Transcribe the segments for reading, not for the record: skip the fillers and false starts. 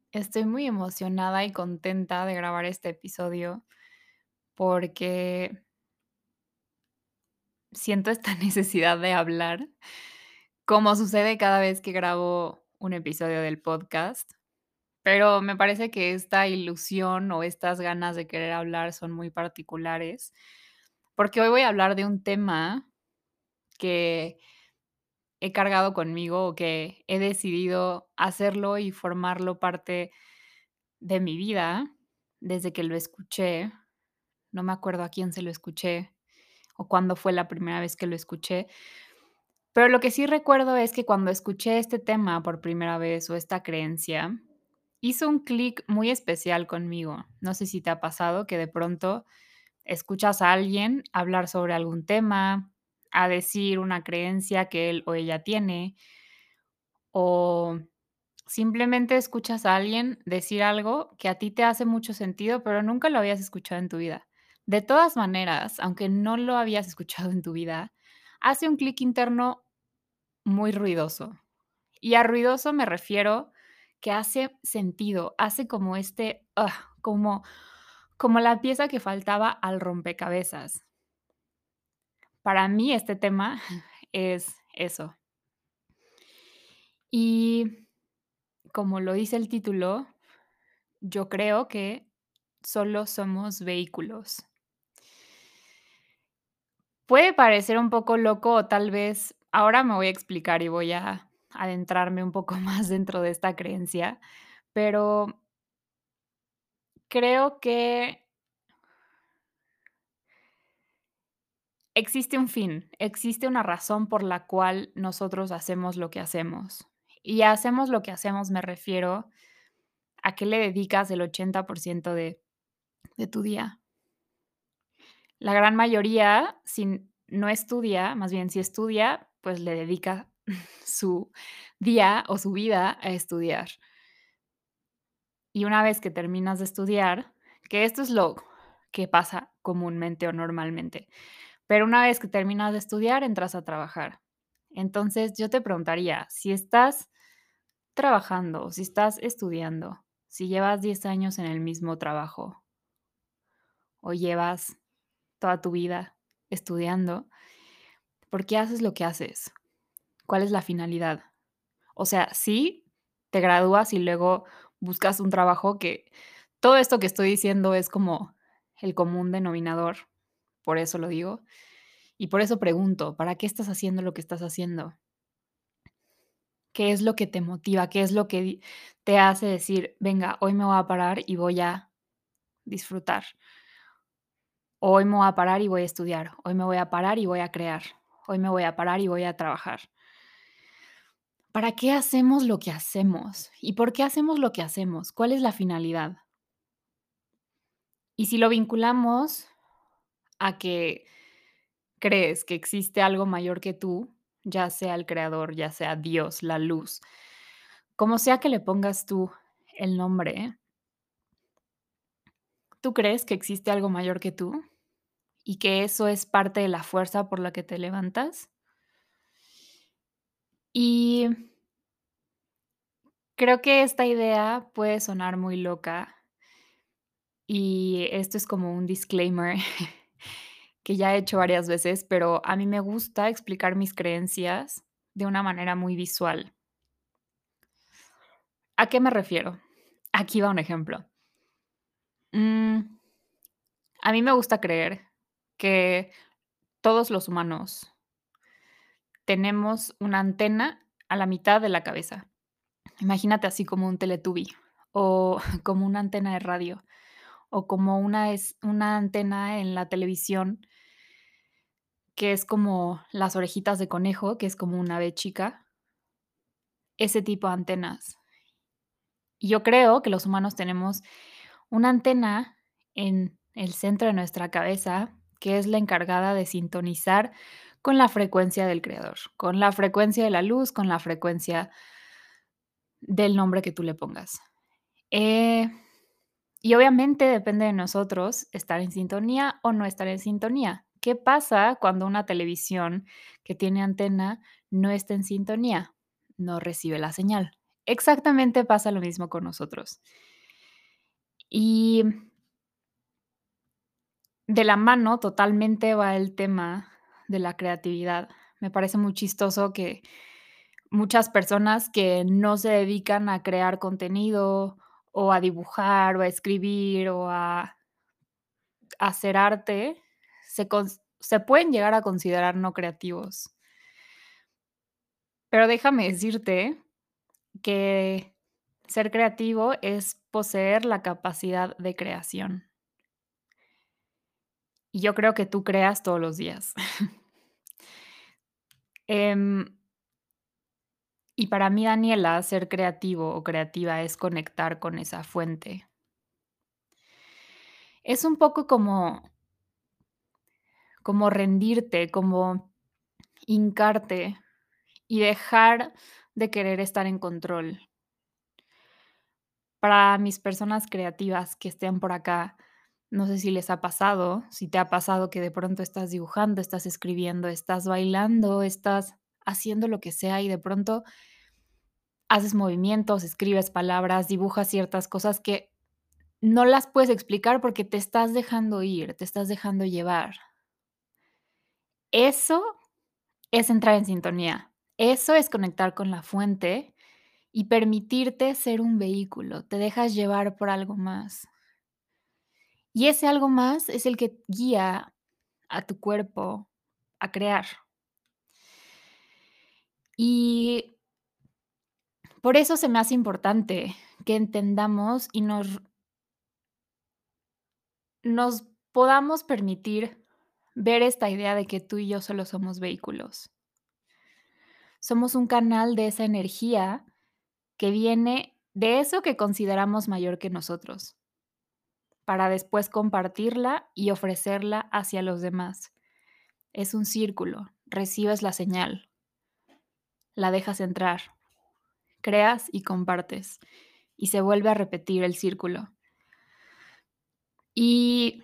Estoy muy emocionada y contenta de grabar este episodio porque siento esta necesidad de hablar, como sucede cada vez que grabo un episodio del podcast, pero me parece que esta ilusión o estas ganas de querer hablar son muy particulares, porque hoy voy a hablar de un tema que he cargado conmigo o que he decidido hacerlo y formarlo parte de mi vida desde que lo escuché. No me acuerdo a quién se lo escuché o cuándo fue la primera vez que lo escuché, pero lo que sí recuerdo es que cuando escuché este tema por primera vez o esta creencia, hizo un clic muy especial conmigo. No sé si te ha pasado que de pronto escuchas a alguien hablar sobre algún tema, a decir una creencia que él o ella tiene, o simplemente escuchas a alguien decir algo que a ti te hace mucho sentido, pero nunca lo habías escuchado en tu vida. De todas maneras, aunque no lo habías escuchado en tu vida, hace un clic interno muy ruidoso. Y a ruidoso me refiero que hace sentido, hace como como la pieza que faltaba al rompecabezas. Para mí este tema es eso. Y como lo dice el título, yo creo que solo somos vehículos. Puede parecer un poco loco o tal vez ahora me voy a explicar y voy a adentrarme un poco más dentro de esta creencia, pero creo que existe un fin, existe una razón por la cual nosotros hacemos lo que hacemos. Y hacemos lo que hacemos me refiero a qué le dedicas el 80% de tu día. La gran mayoría, si no estudia, más bien si estudia, pues le dedica su día o su vida a estudiar. Y una vez que terminas de estudiar, que esto es lo que pasa comúnmente o normalmente, pero una vez que terminas de estudiar, entras a trabajar. Entonces, yo te preguntaría, si estás trabajando o si estás estudiando, si llevas 10 años en el mismo trabajo o llevas toda tu vida estudiando, ¿por qué haces lo que haces? ¿Cuál es la finalidad? O sea, sí, te gradúas y luego buscas un trabajo que todo esto que estoy diciendo es como el común denominador, por eso lo digo, y por eso pregunto, ¿para qué estás haciendo lo que estás haciendo? ¿Qué es lo que te motiva? ¿Qué es lo que te hace decir, venga, hoy me voy a parar y voy a disfrutar? Hoy me voy a parar y voy a estudiar. Hoy me voy a parar y voy a crear. Hoy me voy a parar y voy a trabajar. ¿Para qué hacemos lo que hacemos? ¿Y por qué hacemos lo que hacemos? ¿Cuál es la finalidad? Y si lo vinculamos a que crees que existe algo mayor que tú, ya sea el creador, ya sea Dios, la luz, como sea que le pongas tú el nombre, ¿tú crees que existe algo mayor que tú y que eso es parte de la fuerza por la que te levantas? Y creo que esta idea puede sonar muy loca y esto es como un disclaimer que ya he hecho varias veces, pero a mí me gusta explicar mis creencias de una manera muy visual. ¿A qué me refiero? Aquí va un ejemplo. Mm, a mí me gusta creer que todos los humanos tenemos una antena a la mitad de la cabeza. Imagínate así como un Teletubby, o como una antena de radio, o como una antena en la televisión, que es como las orejitas de conejo, que es como una ave chica, ese tipo de antenas. Y yo creo que los humanos tenemos una antena en el centro de nuestra cabeza, que es la encargada de sintonizar con la frecuencia del creador, con la frecuencia de la luz, con la frecuencia del nombre que tú le pongas. Eh, y obviamente depende de nosotros estar en sintonía o no estar en sintonía. ¿Qué pasa cuando una televisión que tiene antena no está en sintonía? No recibe la señal. exactamente pasa lo mismo con nosotros. Y de la mano totalmente va el tema de la creatividad. Me parece muy chistoso que muchas personas que no se dedican a crear contenido, o a dibujar, o a escribir, o a hacer arte, se pueden llegar a considerar no creativos. Pero déjame decirte que ser creativo es poseer la capacidad de creación. Y yo creo que tú creas todos los días. Em, y para mí, Daniela, ser creativo o creativa es conectar con esa fuente. Es un poco como rendirte, como hincarte y dejar de querer estar en control. Para mis personas creativas que estén por acá, no sé si les ha pasado, si te ha pasado que de pronto estás dibujando, estás escribiendo, estás bailando, estás haciendo lo que sea y de pronto haces movimientos, escribes palabras, dibujas ciertas cosas que no las puedes explicar porque te estás dejando ir, te estás dejando llevar. Eso es entrar en sintonía. Eso es conectar con la fuente y permitirte ser un vehículo. Te dejas llevar por algo más. Y ese algo más es el que guía a tu cuerpo a crear. Y por eso se me hace importante que entendamos y nos podamos permitir ver esta idea de que tú y yo solo somos vehículos. Somos un canal de esa energía que viene de eso que consideramos mayor que nosotros, para después compartirla y ofrecerla hacia los demás. Es un círculo, recibes la señal, la dejas entrar, creas y compartes, y se vuelve a repetir el círculo. Y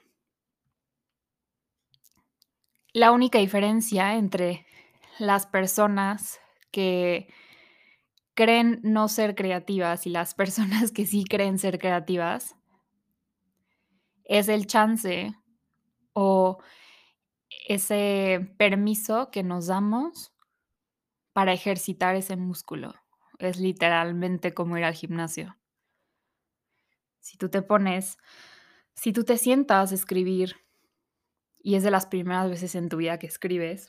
la única diferencia entre las personas que creen no ser creativas y las personas que sí creen ser creativas es el chance o ese permiso que nos damos para ejercitar ese músculo. Es literalmente como ir al gimnasio. Si tú te pones, si tú te sientas a escribir y es de las primeras veces en tu vida que escribes,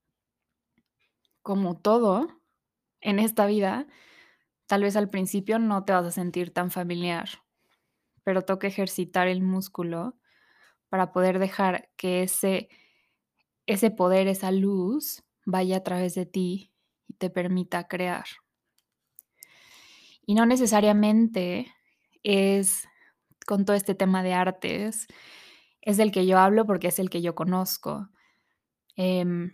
como todo en esta vida, tal vez al principio no te vas a sentir tan familiar, pero toca ejercitar el músculo para poder dejar que ese poder, esa luz, vaya a través de ti y te permita crear. Y no necesariamente es con todo este tema de artes, es del que yo hablo porque es el que yo conozco, em,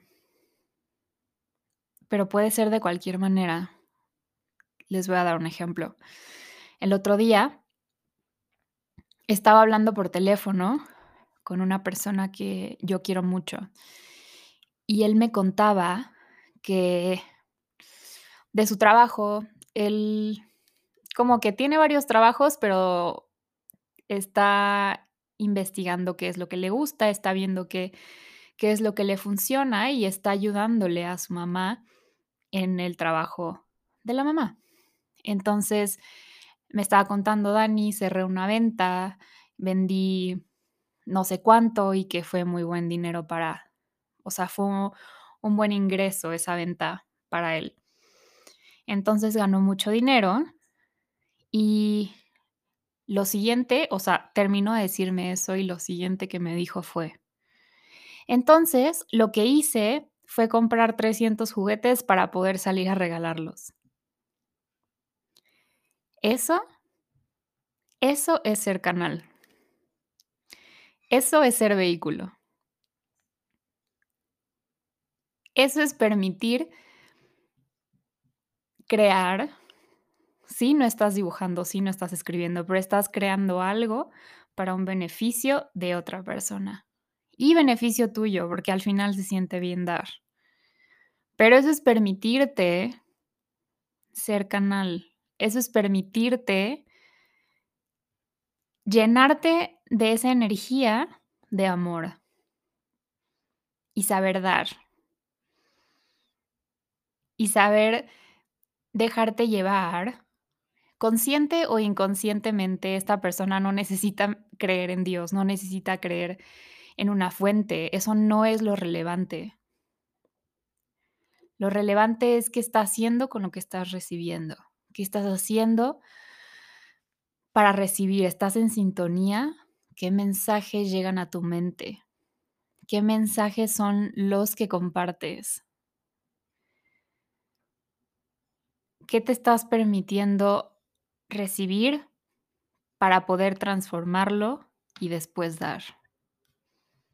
pero puede ser de cualquier manera. Les voy a dar un ejemplo. El otro día estaba hablando por teléfono con una persona que yo quiero mucho y él me contaba que de su trabajo, él como que tiene varios trabajos, pero está investigando qué es lo que le gusta, está viendo qué es lo que le funciona y está ayudándole a su mamá en el trabajo de la mamá. Entonces, me estaba contando Dani, cerré una venta, vendí no sé cuánto y que fue muy buen dinero para, o sea, fue un buen ingreso esa venta para él. Entonces ganó mucho dinero y lo siguiente, o sea, terminó de decirme eso y lo siguiente que me dijo fue: "Entonces, lo que hice fue comprar 300 juguetes para poder salir a regalarlos". Eso, eso es ser canal, eso es ser vehículo, eso es permitir crear. Sí, no estás dibujando, sí, no estás escribiendo, pero estás creando algo para un beneficio de otra persona y beneficio tuyo, porque al final se siente bien dar. Pero eso es permitirte ser canal, Eso es permitirte llenarte de esa energía de amor y saber dar, y saber dejarte llevar. Consciente o inconscientemente, esta persona no necesita creer en Dios, no necesita creer en una fuente, eso no es lo relevante. Lo relevante es qué estás haciendo con lo que estás recibiendo, qué estás haciendo para recibir, ¿estás en sintonía? ¿Qué mensajes llegan a tu mente? ¿Qué mensajes son los que compartes? ¿Qué te estás permitiendo recibir para poder transformarlo y después dar?